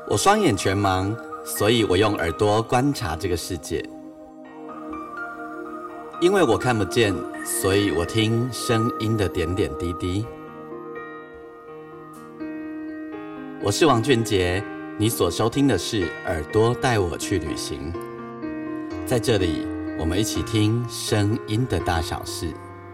我双眼全盲，所以我用耳朵观察这个世界。因为我看不见，所以我听声音的点点滴滴。我是王俊杰，你所收听的是《耳朵带我去旅行》。在这里，我们一起听声音的大小事。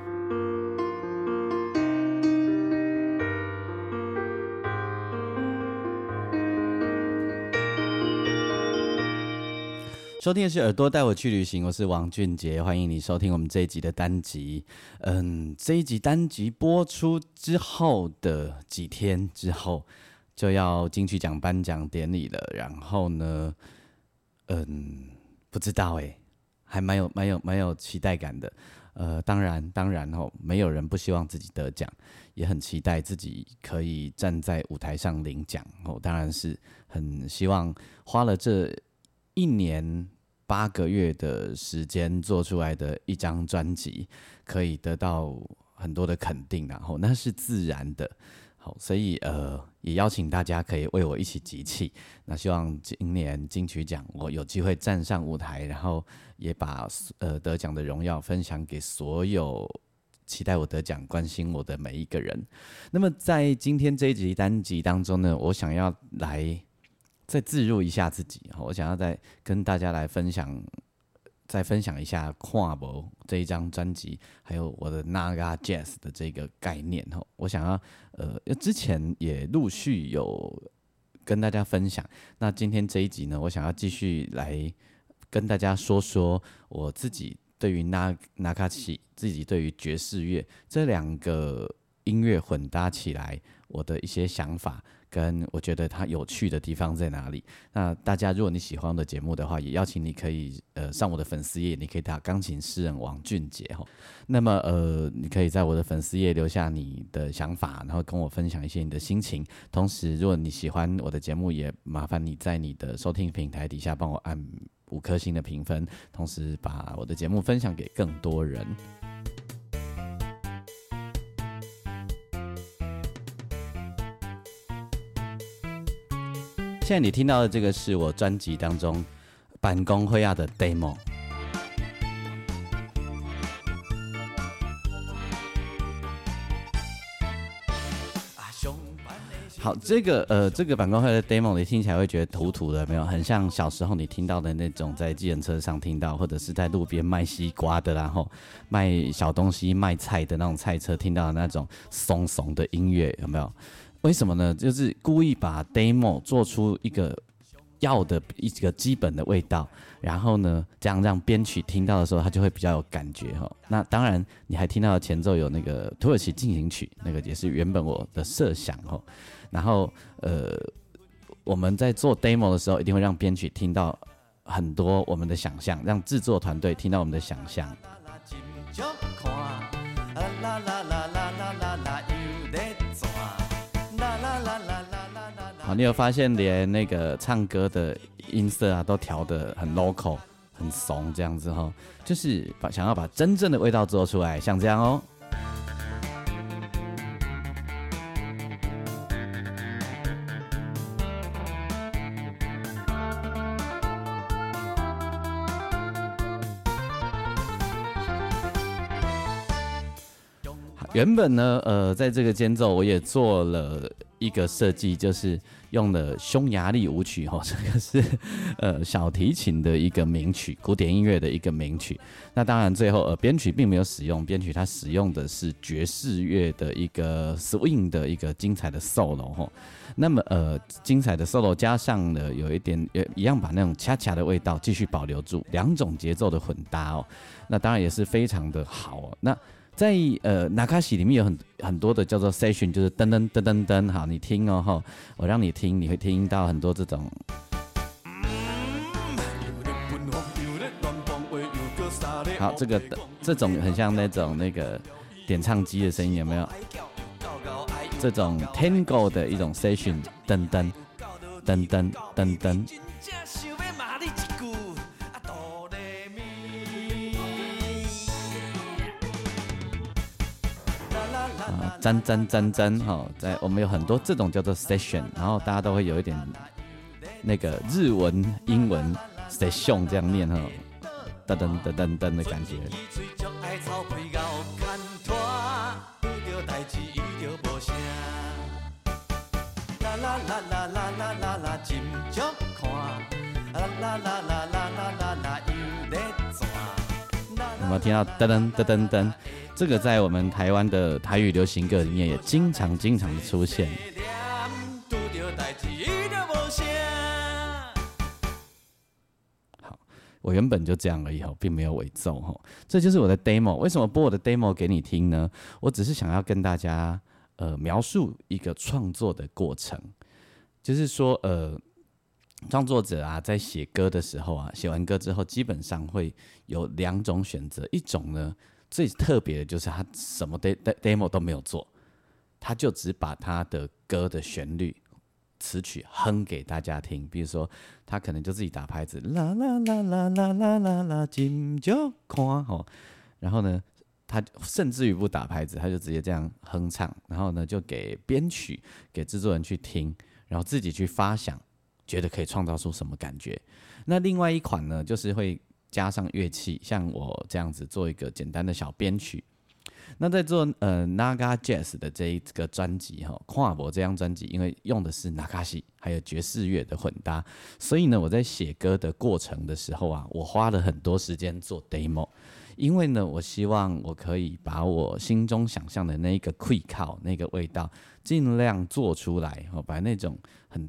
收听的是耳朵带我去旅行，我是王俊杰，欢迎你收听我们这一集的单集。这一集单集播出之后的几天之后，就要金曲奖颁奖典礼了。然后呢，不知道还蛮有期待感的。当然没有人不希望自己得奖，也很期待自己可以站在舞台上领奖。当然是很希望花了这1年8个月的时间做出来的一张专辑，可以得到很多的肯定，然后那是自然的。好，所以也邀请大家可以为我一起集气。那希望今年金曲奖我有机会站上舞台，然后也把得奖的荣耀分享给所有期待我得奖、关心我的每一个人。那么在今天这一集单集当中呢，我想要来再置入一下自己，我想要再跟大家来分享一下看无这一张专辑，还有我的 Naga Jazz 的这个概念。我想要之前也陆续有跟大家分享，那今天这一集呢，我想要继续来跟大家说说我自己对于 Nagachi 自己对于爵士乐这两个音乐混搭起来我的一些想法，跟我觉得它有趣的地方在哪里。那大家如果你喜欢我的节目的话，也邀请你可以上我的粉丝页，你可以打钢琴诗人王俊杰。那么你可以在我的粉丝页留下你的想法，然后跟我分享一些你的心情。同时如果你喜欢我的节目，也麻烦你在你的收听平台底下帮我按5颗星的评分，同时把我的节目分享给更多人。现在你听到的这个是我专辑当中办公会的 demo。 好，这个办公会的 demo 你听起来会觉得土土的，没有？很像小时候你听到的那种在计程车上听到，或者是在路边卖西瓜的，然后卖小东西卖菜的那种菜车听到的那种松松的音乐，有没有？为什么呢？就是故意把 demo 做出一个要的一个基本的味道，然后呢，这样让编曲听到的时候，它就会比较有感觉。那当然，你还听到的前奏有那个土耳其进行曲，那个也是原本我的设想。然后我们在做 demo 的时候，一定会让编曲听到很多我们的想象，让制作团队听到我们的想象。好，你有发现连那个唱歌的音色啊都调得很 local 很怂这样子就是想要把真正的味道做出来，像这样原本呢在这个间奏我也做了一个设计，就是用了匈牙利舞曲这个是小提琴的一个名曲，古典音乐的一个名曲。那当然最后编曲并没有使用编曲，它使用的是爵士乐的一个 swing 的一个精彩的 solo。那么精彩的 solo 加上了有一点一样把那种恰恰的味道继续保留住，2种节奏的混搭那当然也是非常的好那在Nagashi 里面有很多的叫做 session， 就是噔噔噔噔噔。好，你听我让你听，你会听到很多这种。好，这种很像那个点唱机的声音，有没有？这种 tango 的一种 session， 噔噔噔噔噔噔。沾，在我们有很多这种叫做 session， 然后大家都会有一点那个日文、英文 session 这样念哈，噔噔噔噔噔的感觉。有没有听到噔噔噔噔噔？这个在我们台湾的台语流行歌里面也经常的出现。好，我原本就这样而已，并没有尾奏。这就是我的 demo。为什么播我的 demo 给你听呢？我只是想要跟大家描述一个创作的过程，就是说创作者啊，在写歌的时候啊，写完歌之后，基本上会有2种选择。一种呢，最特别的就是他什么 demo 都没有做，他就只把他的歌的旋律、词曲哼给大家听。比如说，他可能就自己打拍子，啦啦啦啦啦啦啦啦，金就看然后呢，他甚至于不打拍子，他就直接这样哼唱，然后呢，就给编曲、给制作人去听，然后自己去发想。觉得可以创造出什么感觉？那另外一款呢，就是会加上乐器，像我这样子做一个简单的小编曲。那在做Naga Jazz 的这一个专辑哈，跨博这张专辑，因为用的是 Nakashi 还有爵士乐的混搭，所以呢，我在写歌的过程的时候啊，我花了很多时间做 demo。因为呢，我希望我可以把我心中想象的那个溃靠那个味道，尽量做出来，把那种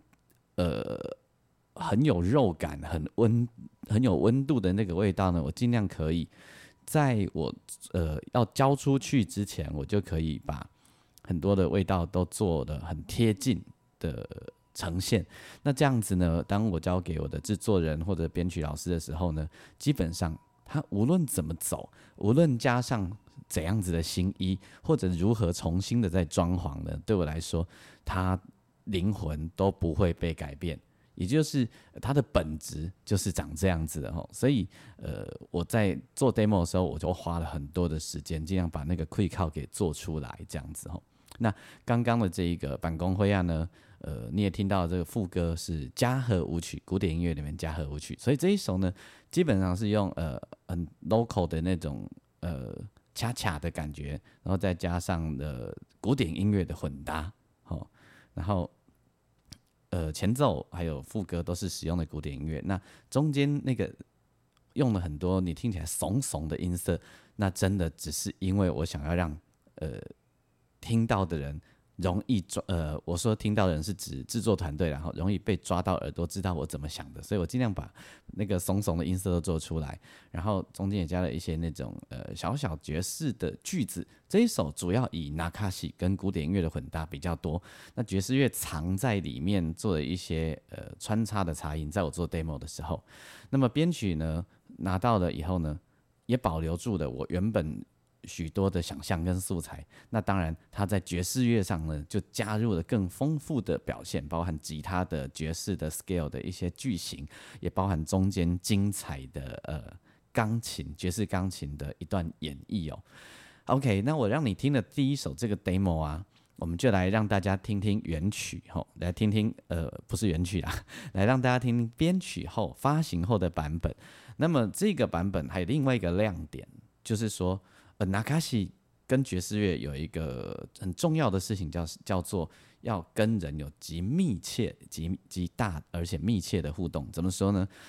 很有肉感、很有温度的那个味道呢，我尽量可以在我要交出去之前，我就可以把很多的味道都做得很贴近的呈现。那这样子呢，当我交给我的制作人或者编曲老师的时候呢，基本上他无论怎么走，无论加上怎样子的新意，或者如何重新的再装潢呢，对我来说，他灵魂都不会被改变，也就是它的本质就是长这样子的吼。所以我在做 demo 的时候，我就花了很多的时间，尽量把那个溃靠给做出来这样子吼。那刚刚的这一个板宫灰暗呢，你也听到这个副歌是嘉禾舞曲，古典音乐里面嘉禾舞曲，所以这一首呢，基本上是用很 local 的那种恰恰的感觉，然后再加上古典音乐的混搭，然后前奏还有副歌都是使用的古典音乐，那中间那个用了很多你听起来怂怂的音色，那真的只是因为我想要让听到的人容易我说听到的人是指制作团队，然后容易被抓到耳朵，知道我怎么想的，所以我尽量把那个怂怂的音色都做出来，然后中间也加了一些那种小小爵士的句子。这一首主要以 Nakashi 跟古典音乐的混搭比较多，那爵士乐藏在里面做了一些穿插的插音，在我做 demo 的时候，那么编曲呢拿到了以后呢，也保留住了我原本许多的想象跟素材，那当然它在爵士乐上呢就加入了更丰富的表现，包含吉他的爵士的 scale 的一些句型，也包含中间精彩的钢琴爵士钢琴的一段演绎哦。OK， 那我让你听的第一首这个 demo 啊，我们就来让大家听听原曲来听听不是原曲啦，来让大家听听编曲后发行后的版本。那么这个版本还有另外一个亮点，就是说Nakashi 跟爵士乐有一个很重要的事情叫做要跟人有极密切、极大而且密切的互动。怎么说呢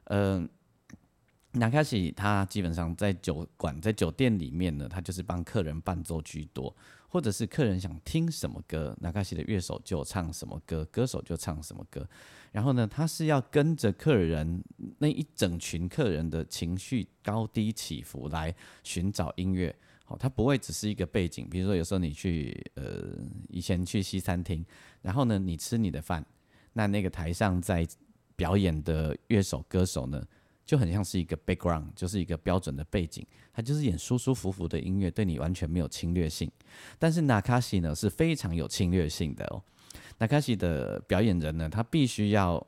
？Nakashi 他基本上在酒馆、在酒店里面呢，他就是帮客人伴奏居多，或者是客人想听什么歌，Nakashi 的乐手就唱什么歌，歌手就唱什么歌。然后呢，他是要跟着客人那一整群客人的情绪高低起伏来寻找音乐。它不会只是一个背景，比如说有时候你去以前去西餐厅，然后呢你吃你的饭，那个台上在表演的乐手歌手呢，就很像是一个 background， 就是一个标准的背景，他就是演舒舒服服的音乐，对你完全没有侵略性。但是 Nakashi 呢是非常有侵略性的哦。Nakashi 的表演人呢，他必须要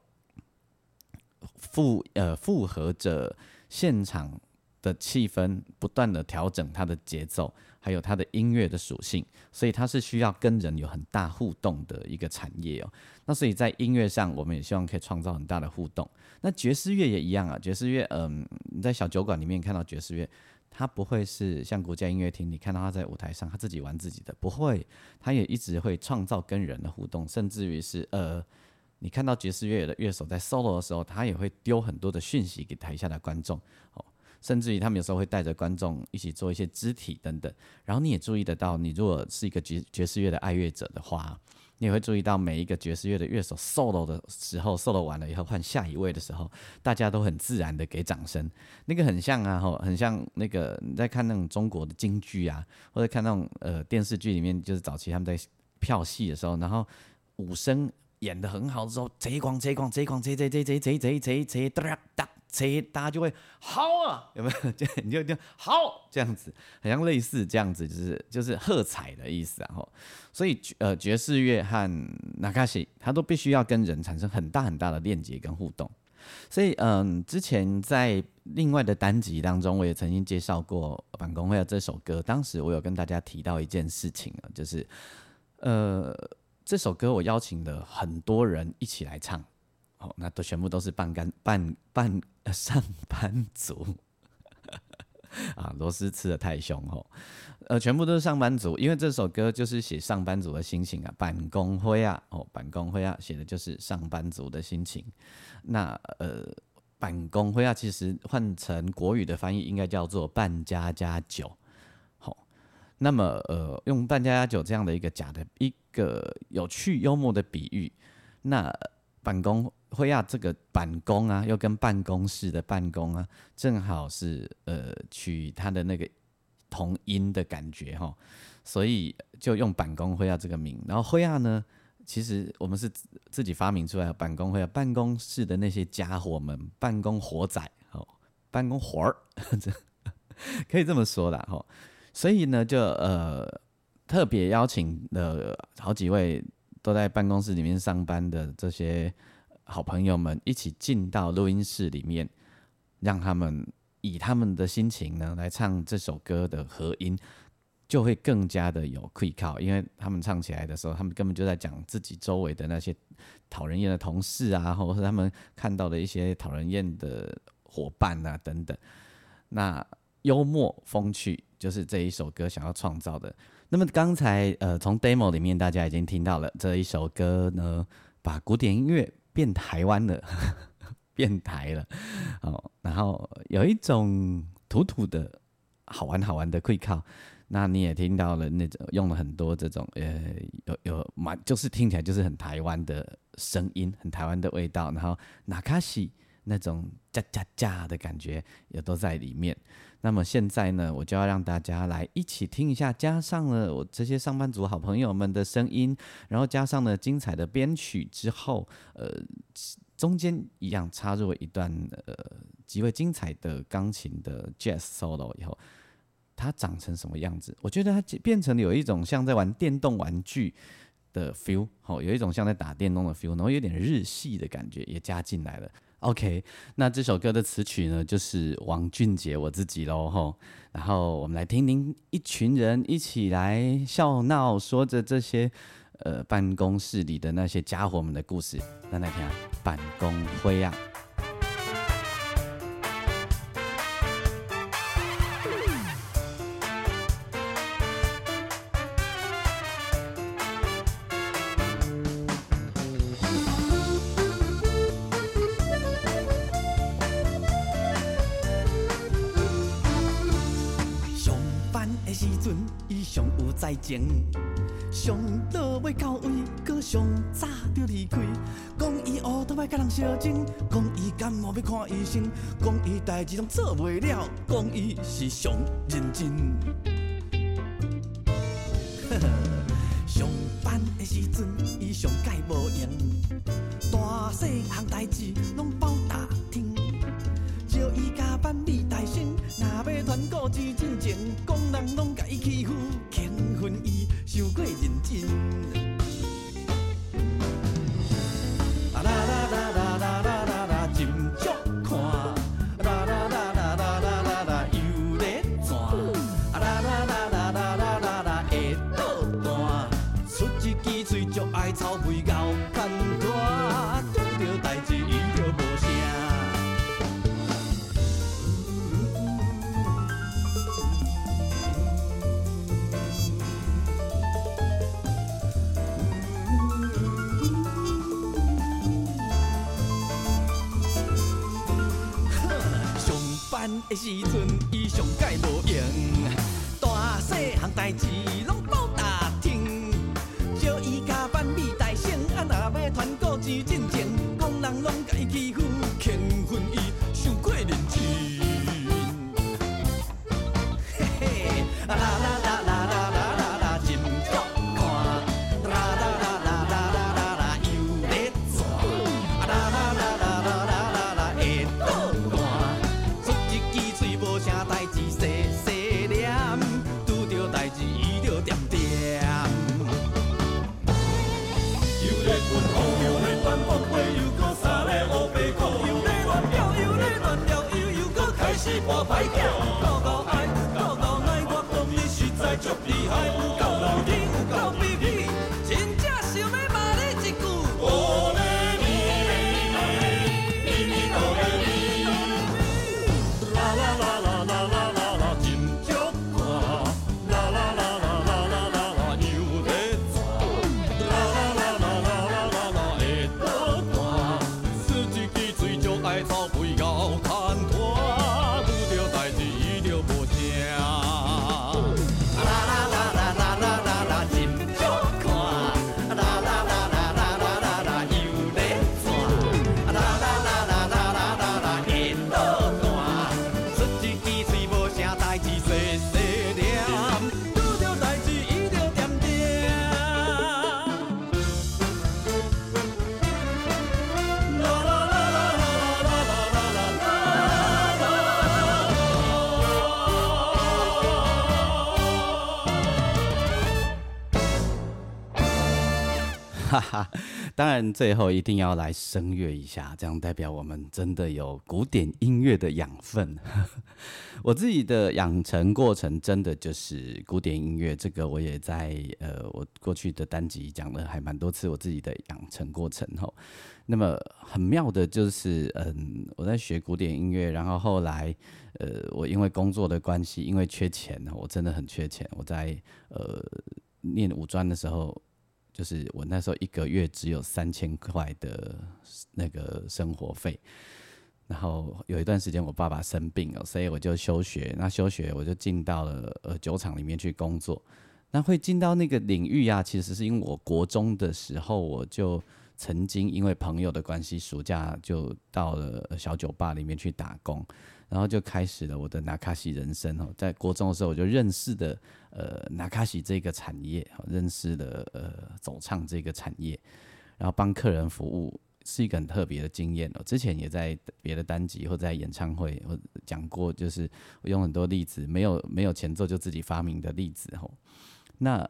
符合着现场的气氛，不断的调整他的节奏， 还有它的音乐的属性，所以它是需要跟人有很大互动的一个产业哦。那所以在音乐上，我们也希望可以创造很大的互动。那爵士乐也一样啊，爵士乐，你在小酒馆里面看到爵士乐，它不会是像国家音乐厅，你看到他在舞台上他自己玩自己的，不会，他也一直会创造跟人的互动，甚至于是你看到爵士乐的乐手在 solo 的时候，他也会丢很多的讯息给台下的观众，甚至于他们有时候会带着观众一起做一些肢体等等。然后你也注意得到，你如果是一个爵士乐的爱乐者的话，你也会注意到每一个爵士乐的乐手 solo 的时候 ，solo 完了以后换下一位的时候，大家都很自然的给掌声。那个很像啊，很像那个你在看那种中国的京剧啊，或者看那种电视剧里面，就是早期他们在票戏的时候，然后武生演得很好的时候，贼狂，大家就会好啊，有没有？你就好这样子，很像类似这样子，就是喝彩的意思啊。所以爵士乐和nakashi它都必须要跟人产生很大很大的链接跟互动。所以之前在另外的单集当中，我也曾经介绍过《板公会》这首歌。当时我有跟大家提到一件事情，就是这首歌我邀请了很多人一起来唱。那都全部都是上班族啊，螺丝吃得太凶全部都是上班族，因为这首歌就是写上班族的心情啊，办公会啊，办公会啊，写的就是上班族的心情。那办公会啊，其实换成国语的翻译应该叫做办家家酒。那么用办家家酒这样的一个有趣幽默的比喻，那办公会啊，这个办公啊，又跟办公室的办公啊，正好是取它的那个同音的感觉所以就用办公会啊这个名。然后会啊呢，其实我们是自己发明出来的办公会啊，办公室的那些家伙们，办公活仔办公活儿，可以这么说啦所以呢，就特别邀请了好几位都在办公室里面上班的这些好朋友们一起进到录音室里面，让他们以他们的心情呢来唱这首歌的和音，就会更加的有气口，因为他们唱起来的时候，他们根本就在讲自己周围的那些讨人厌的同事啊，或者是他们看到的一些讨人厌的伙伴啊等等。那幽默风趣就是这一首歌想要创造的。那么刚才从 demo 里面大家已经听到了，这一首歌呢把古典音乐变台湾了变台了然后有一种土土的好玩的气口。那你也听到了那种用了很多这种就是听起来就是很台湾的声音，很台湾的味道，然后nakashi那种加加加的感觉也都在里面。那么现在呢，我就要让大家来一起听一下，加上了我这些上班族好朋友们的声音，然后加上了精彩的编曲之后，中间一样插入了一段极为精彩的钢琴的 jazz solo 以后，它长成什么样子？我觉得它变成有一种像在玩电动玩具的 feel， 有一种像在打电动的 feel， 然后有点日系的感觉也加进来了。OK， 那这首歌的词曲呢，就是王俊杰我自己咯然后我们来听听一群人一起来笑闹，说着这些办公室里的那些家伙们的故事。咱来听办公会啊。在前，上落尾到位，搁上早就离开。讲伊乌头摆甲人相争，讲伊感冒要看医生，讲伊代志拢做袂了，讲伊是上认真。上班的时阵，伊上介无闲，大细项代志拢包打听。招伊加班你大声，若要团购钱真情，讲人拢甲伊欺负，轻分伊伤过认真。啦啦啦啦啦啦啦啦，斟酌看，啦啦啦啦啦啦啦啦，又咧转，啦啦啦啦啦啦班的时阵，伊上届无用，大细项代志拢报打听。叫伊加班美大声，啊若要团购钱进前，工人拢甲伊欺负，欠分伊伤过认真。嘿嘿，啦啦啦啦啦啦啦啦，真足看，啦啦啦啦啦啦啦啦又咧转，啦啦啦啦啦啦啦啦会倒弹，出一支嘴无啥代志，细细念，拄着代志伊就点点。又咧困雨，又咧断风花，又搁三个乌白裤，又咧乱了，又咧乱了，又搁开始跋歹囝，够够爱，够够爱，我讲你实在足厉害，有够有理，有够卑鄙，真正想要骂你一句。哦嘞咪咪咪哆嘞咪，啦啦啦啦啦啦啦啦，真足看，啦啦啦啦啦啦啦啦又咧转，啦啦啦啦啦啦啦啦会倒弹，出一支嘴就爱臭肥咬牵拖，拄着代志伊就无声。啦啦啦啦啦啦啦啦，真足看，啦啦啦啦啦啦啦啦又咧转，啦啦啦啦啦啦啦啦会倒弹，出一支嘴无啥代志细细念，拄着代志伊就点点。啦啦啦啦啦啦啦啦啦啦啦。 哈哈，当然最后一定要来声乐一下，这样代表我们真的有古典音乐的养分。我自己的养成过程真的就是古典音乐，这个我也在我过去的单集讲了还蛮多次我自己的养成过程吼。那么很妙的就是我在学古典音乐，然后后来我因为工作的关系，因为缺钱，我真的很缺钱，我在念五专的时候。就是我那时候一个月只有3000块的那个生活费，然后有一段时间我爸爸生病了，所以我就休学。那休学我就进到了酒厂里面去工作。那会进到那个领域啊，其实是因为我国中的时候我就曾经因为朋友的关系，暑假就到了小酒吧里面去打工，然后就开始了我的纳卡西人生哦。在国中的时候，我就认识的纳卡西这个产业，认识了走唱这个产业，然后帮客人服务是一个很特别的经验哦。之前也在别的单集或在演唱会我讲过，就是我用很多例子，没有前奏就自己发明的例子哦。那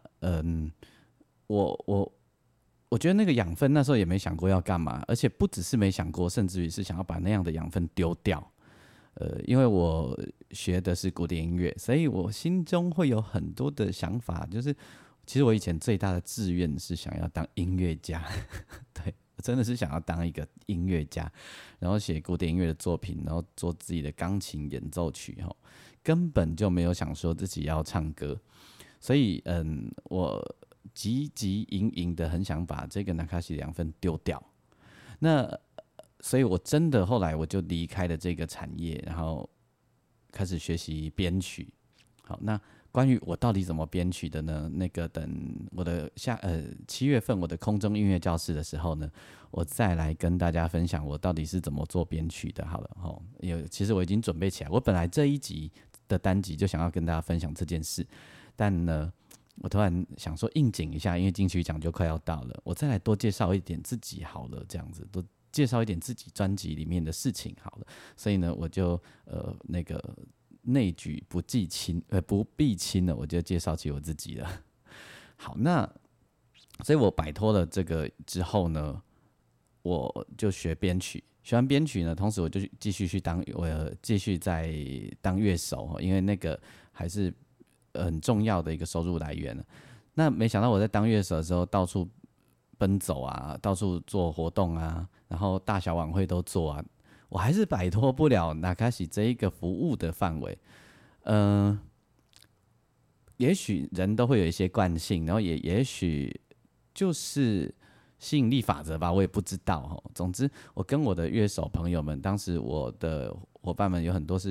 我觉得那个养分那时候也没想过要干嘛，而且不只是没想过，甚至于是想要把那样的养分丢掉。因为我学的是古典音乐，所以我心中会有很多的想法，就是其实我以前最大的志愿是想要当音乐家，对，我真的是想要当一个音乐家，然后写古典音乐的作品，然后做自己的钢琴演奏曲，根本就没有想说自己要唱歌，所以我汲汲营营的很想把这个纳卡西的养分丢掉。那所以我真的后来我就离开了这个产业，然后开始学习编曲。好，那关于我到底怎么编曲的呢？那个等我的7月份我的空中音乐教室的时候呢，我再来跟大家分享我到底是怎么做编曲的。好了，其实我已经准备起来，我本来这一集的单集就想要跟大家分享这件事，但呢，我突然想说应景一下，因为金曲奖就快要到了，我再来多介绍一点自己好了，这样子多介绍一点自己专辑里面的事情好了。所以呢，我就那个内举不避亲了，我就介绍起我自己了。好，那所以我摆脱了这个之后呢，我就学编曲。学完编曲呢，同时我就继续在当乐手，因为那个还是很重要的一个收入来源。那没想到我在当乐手的时候，到处奔走啊，到处做活动啊，然后大小晚会都做啊，我还是摆脱不了纳卡西这一个服务的范围。也许人都会有一些惯性，然后也许就是吸引力法则吧，我也不知道。总之，我跟我的乐手朋友们，当时我的伙伴们有很多是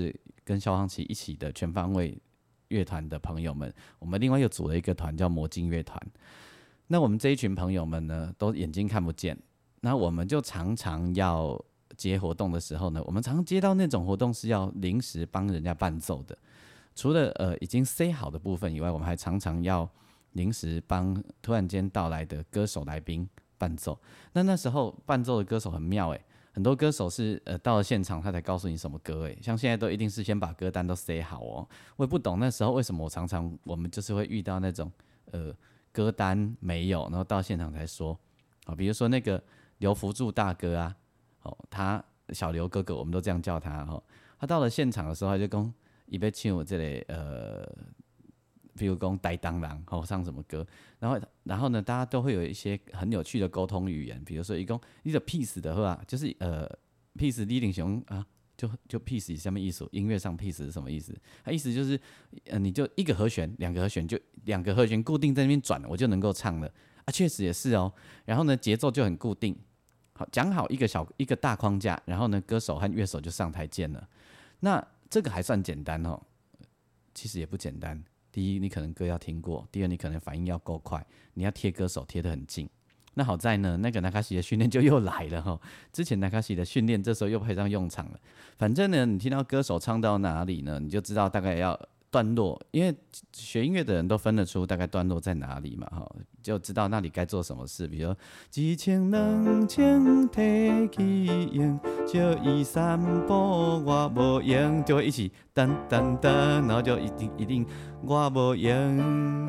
跟萧煌奇一起的全方位乐团的朋友们，我们另外又组了一个团叫魔镜乐团。那我们这一群朋友们呢，都眼睛看不见，那我们就常常要接活动的时候呢，我们常接到那种活动是要临时帮人家伴奏的。除了已经 say 好的部分以外，我们还常常要临时帮突然间到来的歌手来宾伴奏。那时候伴奏的歌手很妙很多歌手是到了现场他才告诉你什么歌像现在都一定是先把歌单都 say 好我也不懂那时候为什么我们就是会遇到那种歌单没有，然后到现场才说比如说那个刘福柱大哥啊他小刘哥哥我们都这样叫他他到了现场的时候他就说他要唱这个比如说台东人唱什么歌，然后呢，大家都会有一些很有趣的沟通语言，比如说，你的 peace 的话，就是peace 你定熊啊，就 peace 是什么意思？音乐上 peace 是什么意思？它意思就是你就一个和弦、两个和弦，就两个和弦固定在那边转，我就能够唱了啊，确实也是然后呢，节奏就很固定，好讲好一个大框架，然后呢，歌手和乐手就上台见了。那这个还算简单其实也不简单。第一，你可能歌要听过；第二，你可能反应要够快，你要贴歌手贴得很近。那好在呢，那个Nakashi的训练就又来了之前Nakashi的训练，这时候又派上用场了。反正呢，你听到歌手唱到哪里呢，你就知道大概要段落，因为学音乐的人都分得出大概段落在哪里嘛就知道那里该做什么事。比如说一千两千提起用，借伊三步我无用，就会一起噔噔噔，然后就一定我无用。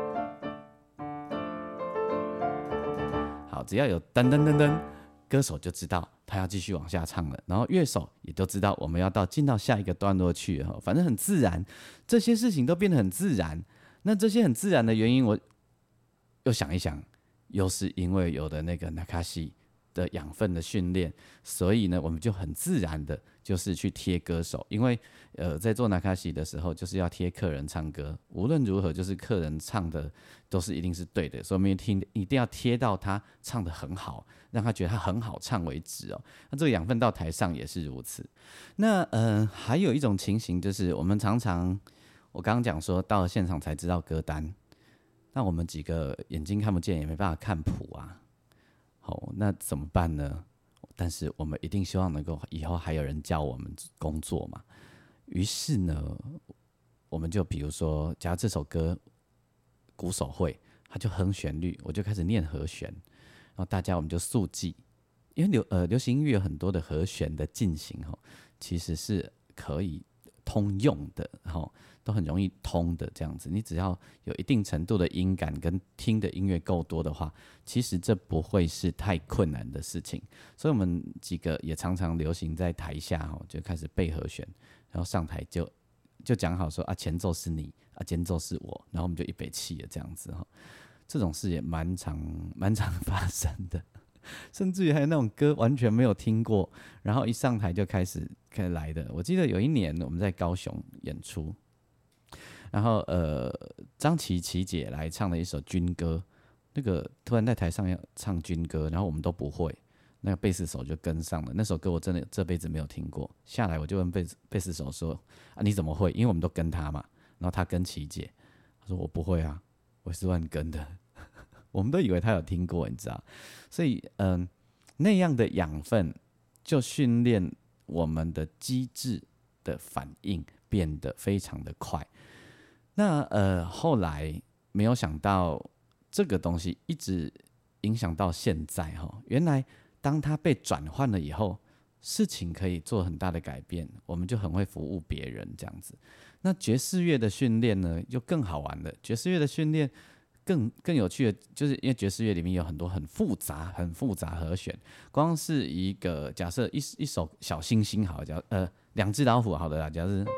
好，只要有噔噔噔噔，歌手就知道他要继续往下唱了，然后乐手也都知道我们要进到下一个段落去了，反正很自然，这些事情都变得很自然。那这些很自然的原因，我又想一想，又是因为有的那个Nakashi的养分的训练，所以呢，我们就很自然的，就是去贴歌手，因为在做Nakashi的时候，就是要贴客人唱歌，无论如何，就是客人唱的都是一定是对的，所以我们一定要贴到他唱得很好，让他觉得他很好唱为止那这个养分到台上也是如此。那还有一种情形就是我们常常，我刚刚讲说到了现场才知道歌单，那我们几个眼睛看不见也没办法看谱啊，好，那怎么办呢？但是我们一定希望能够以后还有人教我们工作嘛。于是呢，我们就比如说，假如这首歌鼓手会，他就哼旋律，我就开始念和弦，然后大家我们就速记，因为流行音乐有很多的和弦的进行其实是可以通用的都很容易通的这样子。你只要有一定程度的音感跟听的音乐够多的话，其实这不会是太困难的事情。所以我们几个也常常流行在台下就开始背和弦，然后上台就讲好说前奏是你间奏是我，然后我们就一北气了这样子这种事也蛮常发生的。甚至于还有那种歌完全没有听过，然后一上台就开始来的。我记得有一年我们在高雄演出，然后张琪姐来唱了一首军歌，那个突然在台上要唱军歌，然后我们都不会，那个贝斯手就跟上了。那首歌我真的这辈子没有听过，下来我就问贝斯手说你怎么会？因为我们都跟他嘛，然后他跟琪姐，他说我不会啊，我是乱跟的。我们都以为他有听过，你知道，所以那样的养分就训练我们的机制的反应变得非常的快。那后来没有想到这个东西一直影响到现在原来当它被转换了以后，事情可以做很大的改变，我们就很会服务别人这样子。那爵士乐的训练呢，就更好玩了。爵士乐的训练更有趣的，就是因为爵士乐里面有很多很复杂和弦，光是一个假设一首小星星好，两只老虎好的啦，假设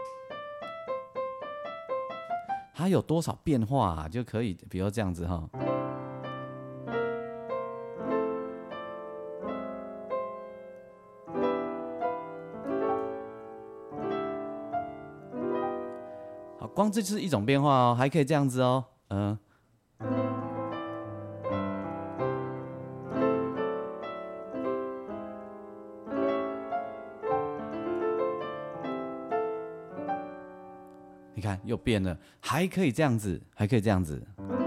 它有多少变化就可以，比如这样子好，光这就是一种变化还可以这样子你看又变了，还可以这样子，还可以这样子。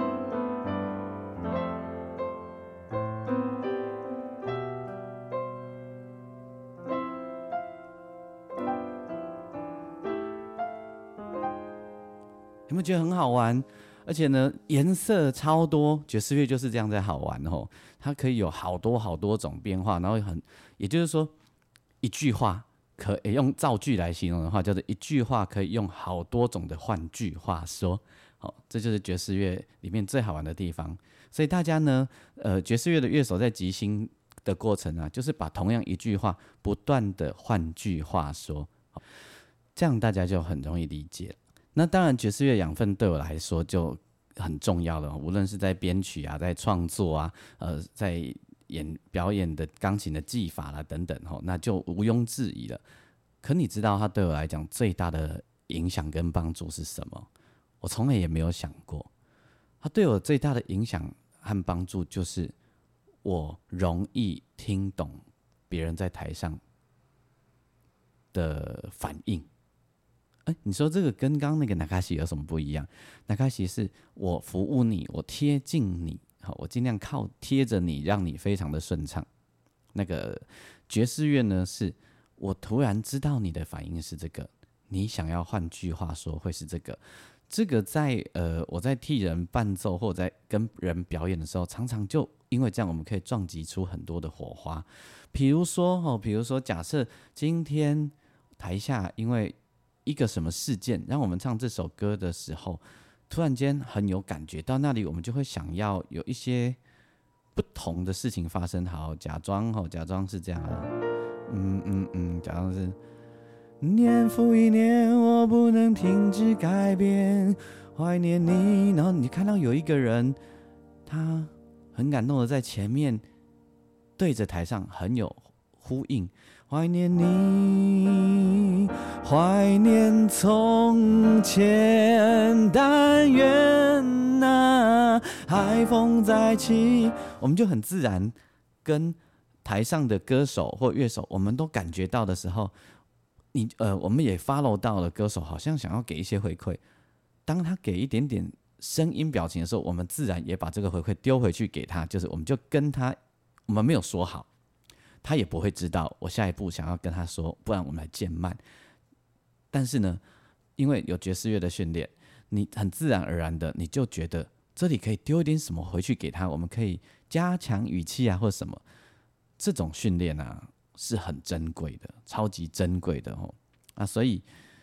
有没有觉得很好玩？而且呢，颜色超多，爵士乐就是这样在好玩哦。它可以有好多好多种变化，然后也就是说，一句话可以用造句来形容的话，叫做一句话可以用好多种的换句话说。好，这就是爵士乐里面最好玩的地方。所以大家呢，爵士乐的乐手在即兴的过程啊，就是把同样一句话不断的换句话说，这样大家就很容易理解了。那当然，爵士乐养分对我来说就很重要了，无论是在编曲啊，在创作啊，在表演的钢琴的技法啦等等，那就毋庸置疑了。可你知道它对我来讲最大的影响跟帮助是什么？我从来也没有想过。它对我最大的影响和帮助就是我容易听懂别人在台上的反应。你说这个跟刚刚那个纳卡西有什么不一样？纳卡西是我服务你，我贴近你，我尽量靠贴着你，让你非常的顺畅。那个爵士乐呢，是我突然知道你的反应是这个，你想要换句话说会是这个。这个在我在替人伴奏或者在跟人表演的时候，常常就因为这样，我们可以撞击出很多的火花。比如说，假设今天台下因为一个什么事件，让我们唱这首歌的时候，突然间很有感觉，到那里我们就会想要有一些不同的事情发生。好，假装是这样啊，假装是年复一年，我不能停止改变，怀念你。然后你看到有一个人，他很感动的在前面对着台上很有呼应。怀念你，怀念从前，但愿那海风再起，我们就很自然跟台上的歌手或乐手，我们都感觉到的时候，我们也 follow 到了歌手好像想要给一些回馈，当他给一点点声音表情的时候，我们自然也把这个回馈丢回去给他，就是我们就跟他，我们没有说好。他也不会知道我下一步想要跟他说，不然我们来渐慢。但是呢，因为有爵士乐的训练，你很自然而然的你就觉得这里可以丢一点什么回去给他，我们可以加强语气啊或什么。这种训练啊是很珍贵的，超级珍贵的所以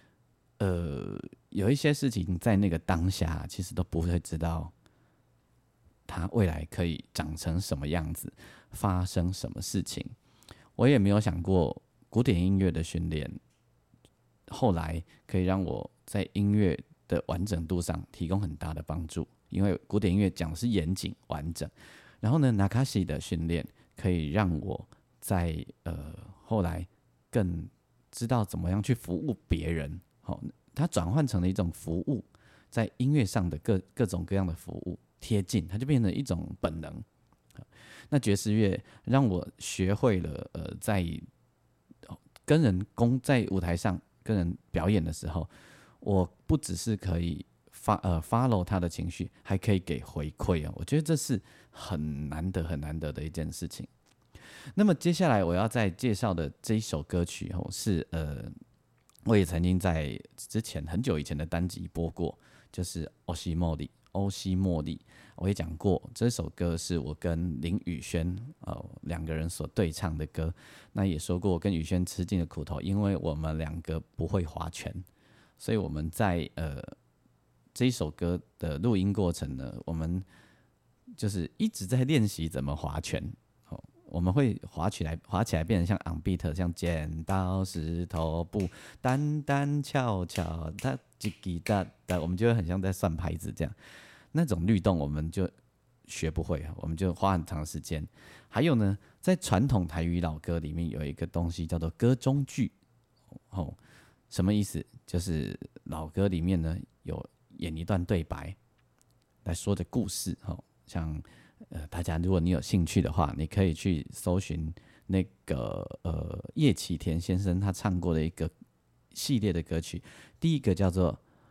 有一些事情在那个当下其实都不会知道它未来可以长成什么样子，发生什么事情。我也没有想过古典音乐的训练后来可以让我在音乐的完整度上提供很大的帮助，因为古典音乐讲的是严谨完整。然后呢，纳卡西的训练可以让我在后来更知道怎么样去服务别人。它转换成了一种服务，在音乐上的各种各样的服务贴近，它就变成一种本能。那爵士乐让我学会了在跟人在舞台上跟人表演的时候，我不只是可以follow 他的情绪，还可以给回馈我觉得这是很难得很难得的一件事情。那么接下来我要再介绍的这一首歌曲是我也曾经在之前很久以前的单集播过，就是欧西茉莉。我也讲过，这首歌是我跟林宇轩两个人所对唱的歌。那也说过，我跟宇轩吃尽了苦头，因为我们两个不会划拳，所以我们在这一首歌的录音过程呢，我们就是一直在练习怎么划拳。我们会划起来变成像 on beat， 像剪刀石头布，单单敲敲，哒叽叽哒哒，我们就会很像在算拍子这样。那种律动我们就学不会，我们就花很长时间。还有呢，在传统台语老歌里面有一个东西叫做歌中句，什么意思？就是老歌里面呢有演一段对白来说的故事，像大家如果你有兴趣的话，你可以去搜寻那个叶启田先生他唱过的一个系列的歌曲，第一个叫做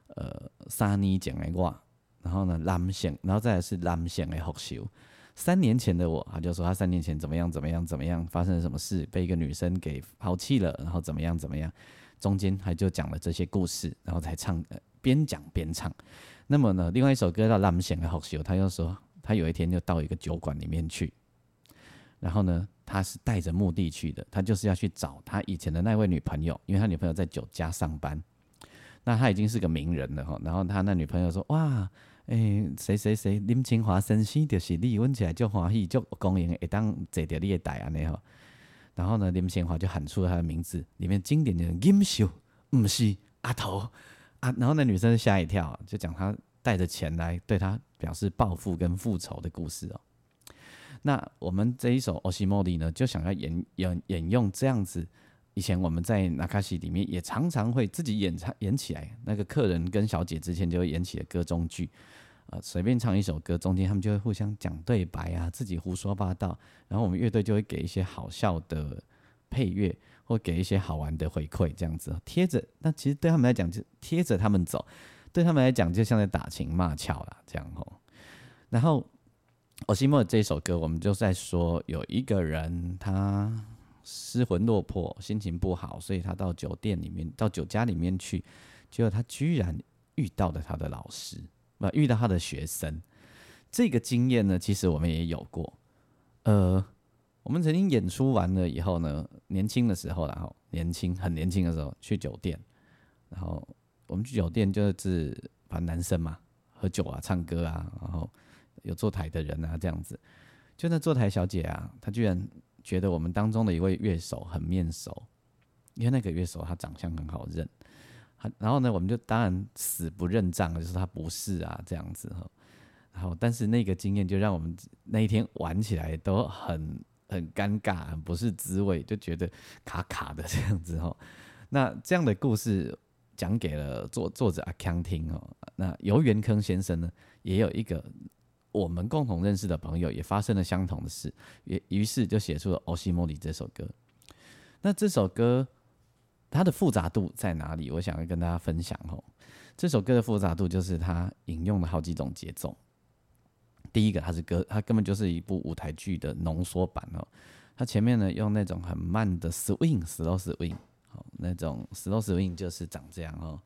3年前的我，然后呢男性，然后再来是男性的复仇。3年前的我，他就说他3年前怎么样怎么样怎么样，发生了什么事，被一个女生给抛弃了，然后怎么样怎么样，中间他就讲了这些故事，然后才唱，边讲边唱。那么呢，另外一首歌叫《男性的复仇》，他就说他有一天就到一个酒馆里面去，然后呢，他是带着目的去的，他就是要去找他以前的那位女朋友，因为他女朋友在酒家上班，那他已经是个名人了哈。然后他那女朋友说：“哇，谁谁谁林清华先生就是你，阮起来就欢喜，就公营会当坐到你的台安尼吼。”然后呢，林清华就喊出了他的名字，里面经典的“金秀”，不是阿头啊。然后那女生吓一跳，就讲他带着钱来对他表示报复跟复仇的故事哦。那我们这一首《Oshimori》呢，就想要沿用这样子。以前我们在那卡西里面也常常会自己演起来，那个客人跟小姐之间就会演起了歌中剧，随便唱一首歌，中间他们就会互相讲对白啊，自己胡说八道，然后我们乐队就会给一些好笑的配乐，或给一些好玩的回馈，这样子贴着。那其实对他们来讲，就贴着他们走，对他们来讲就像在打情骂俏啦，这样吼。然后《Oshimori》这首歌，我们就在说有一个人他失魂落魄，心情不好，所以他到酒家里面去，结果他居然遇到了他的老师，遇到他的学生。这个经验呢，其实我们也有过。我们曾经演出完了以后呢，年轻的时候啦，很年轻的时候去酒店，然后我们去酒店就是反正男生嘛，喝酒啊、唱歌啊，然后有坐台的人啊这样子。就那坐台小姐啊，她居然觉得我们当中的一位乐手很面熟，因为那个乐手他长相很好认，然后呢，我们就当然死不认账，就是他不是啊这样子哈。然后，但是那个经验就让我们那一天玩起来都很尴尬，很不是滋味，就觉得卡卡的这样子哈。那这样的故事讲给了作者阿康听哦。那游园坑先生呢，也有一个我们共同认识的朋友也发生了相同的事，于是就写出了《Oshimori》这首歌。那这首歌它的复杂度在哪里？我想要跟大家分享哦。这首歌的复杂度就是它引用了好几种节奏。第一个，它根本就是一部舞台剧的浓缩版哦。它前面呢用那种很慢的 slow swing， 那种 slow swing 就是长这样哦。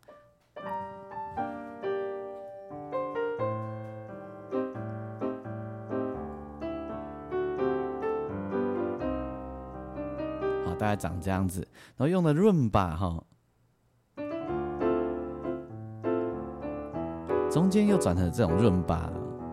大概长这样子，然后用的润吧哈，中间又转成这种润吧，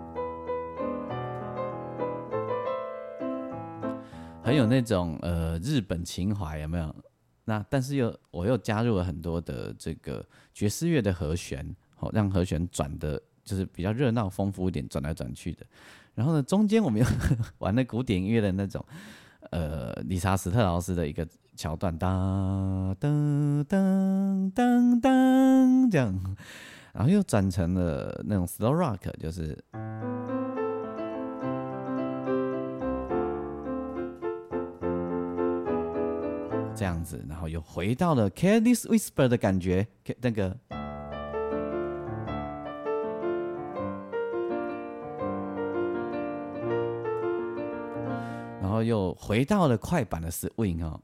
很有那种日本情怀，有没有？那但是我又加入了很多的这个爵士乐的和弦，让和弦转的就是比较热闹丰富一点，转来转去的。然后呢，中间我们又玩了古典音乐的那种。理查史特劳斯的一个桥段，当当当当当这样，然后又转成了那种 slow rock， 就是这样子，然后又回到了 Careless Whisper 的感觉，那个。然后又回到了快板的 swing 哦，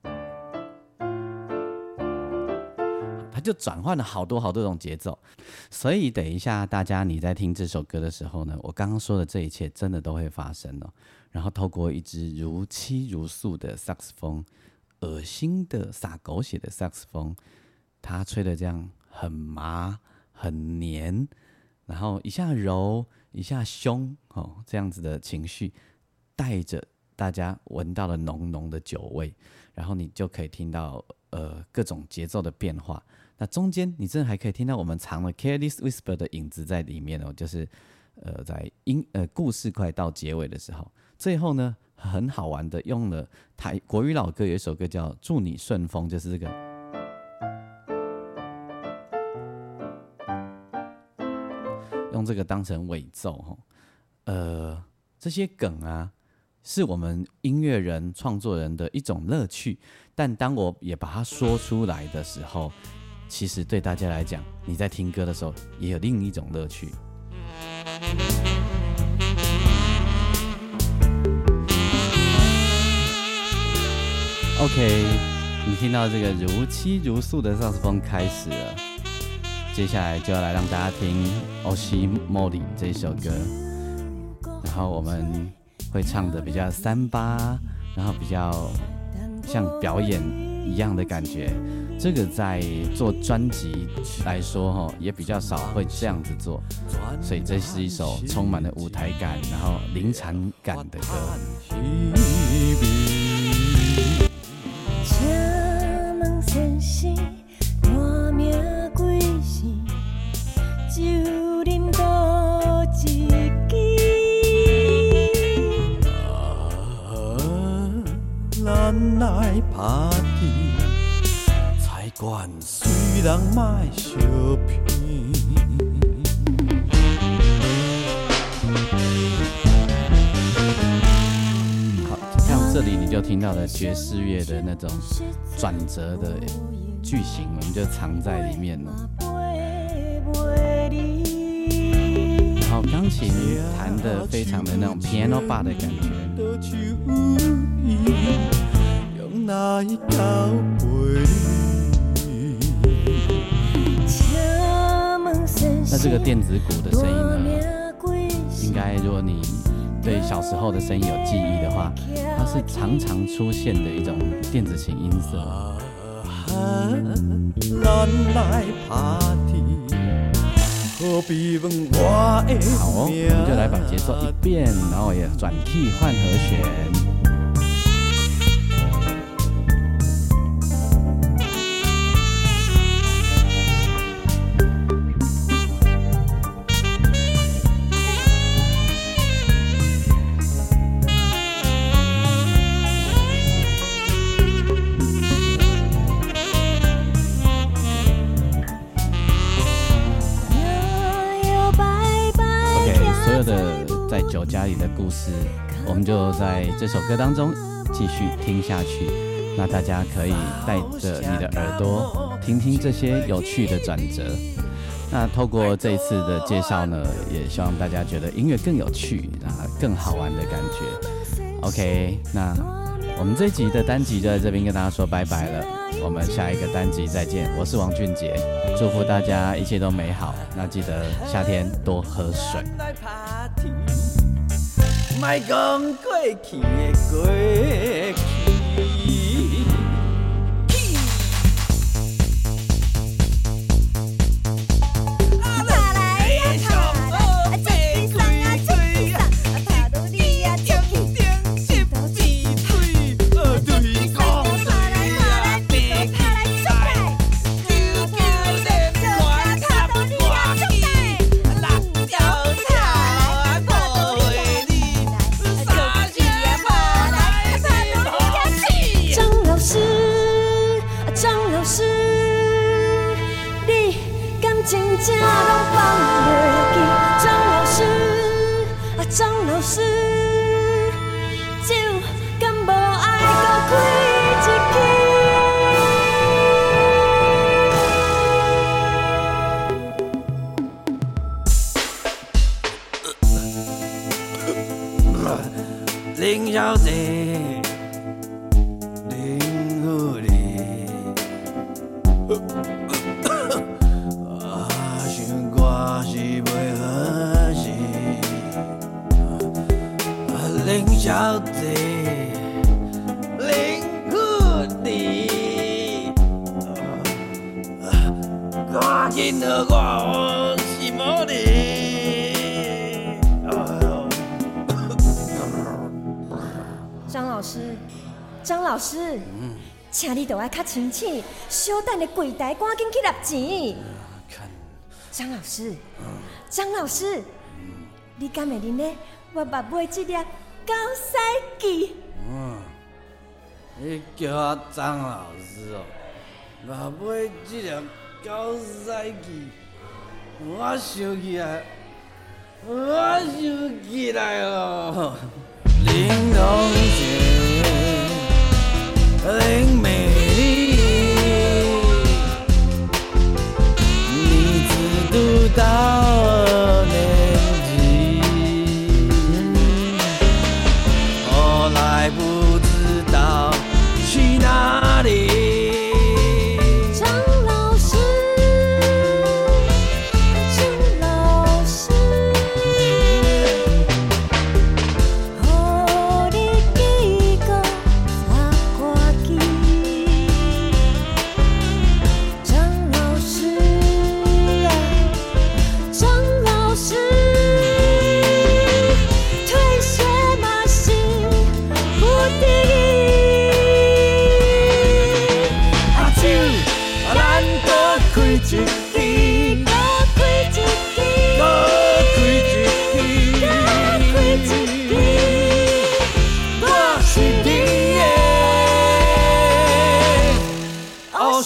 它就转换了好多种节奏，所以等一下大家你在听这首歌的时候呢，我刚刚说的这一切真的都会发生哦。然后透过一支如泣如诉的萨克斯风，恶心的撒狗血的萨克斯风，它吹的这样很麻很黏，然后一下柔一下凶哦，这样子的情绪带着。大家闻到了浓浓的酒味，然后你就可以听到各种节奏的变化。那中间你真的还可以听到我们藏了 Careless Whisper 的影子在里面哦，就是在故事快到结尾的时候，最后呢很好玩的用了国语老歌有一首歌叫《祝你顺风》，就是这个，用这个当成尾奏哦。这些梗啊。是我们音乐人、创作人的一种乐趣，但当我也把它说出来的时候， 其实对大家来讲，你在听歌的时候也有另一种乐趣。OK， 你听到这个如泣如诉的萨克斯风开始了，接下来就要来让大家听《Oshimori》这一首歌，然后我们会唱的比较3/8，然后比较像表演一样的感觉。这个在做专辑来说也比较少会这样子做，所以这是一首充满了舞台感，然后临场感的歌。 请问先生，半命几时，酒啉倒一支？ 咱来打铁，菜馆虽人莫相偏。 这里你就听到了爵士乐的那种转折的句型，我们就藏在里面了。然后钢琴弹得非常的那种 piano bar 的感觉。那这个电子鼓的声音呢，应该如果你对小时候的声音有记忆的话，它是常常出现的一种电子琴音色。好，我们就来把节奏一变，然后也转 key 换和弦。在酒家里的故事，我们就在这首歌当中继续听下去。那大家可以带着你的耳朵听听这些有趣的转折。那透过这一次的介绍呢，也希望大家觉得音乐更有趣，更好玩的感觉。OK， 那我们这一集的单集就在这边跟大家说拜拜了。我们下一个单集再见，我是王俊杰，祝福大家一切都美好。那记得夏天多喝水。 莫讲过去的过去。 真正拢放袂记，张老师啊，张老师，酒敢无爱搁开一支？ 林小姐，林妇人。林小姐，林妇人，赶紧和我是无哩。 张老师，张老师，请你着爱较清醒，小等的柜台赶紧去拿钱。张老师，张老师，你敢会认得我目尾这粒高赛季？ 你叫我张老师哦，目尾这粒高赛季，我想起来，我想起来哦，林同学，林美丽。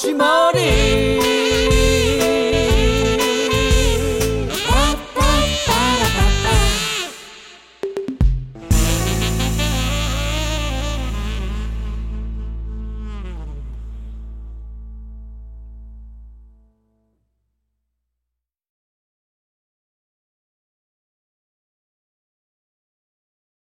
是无你。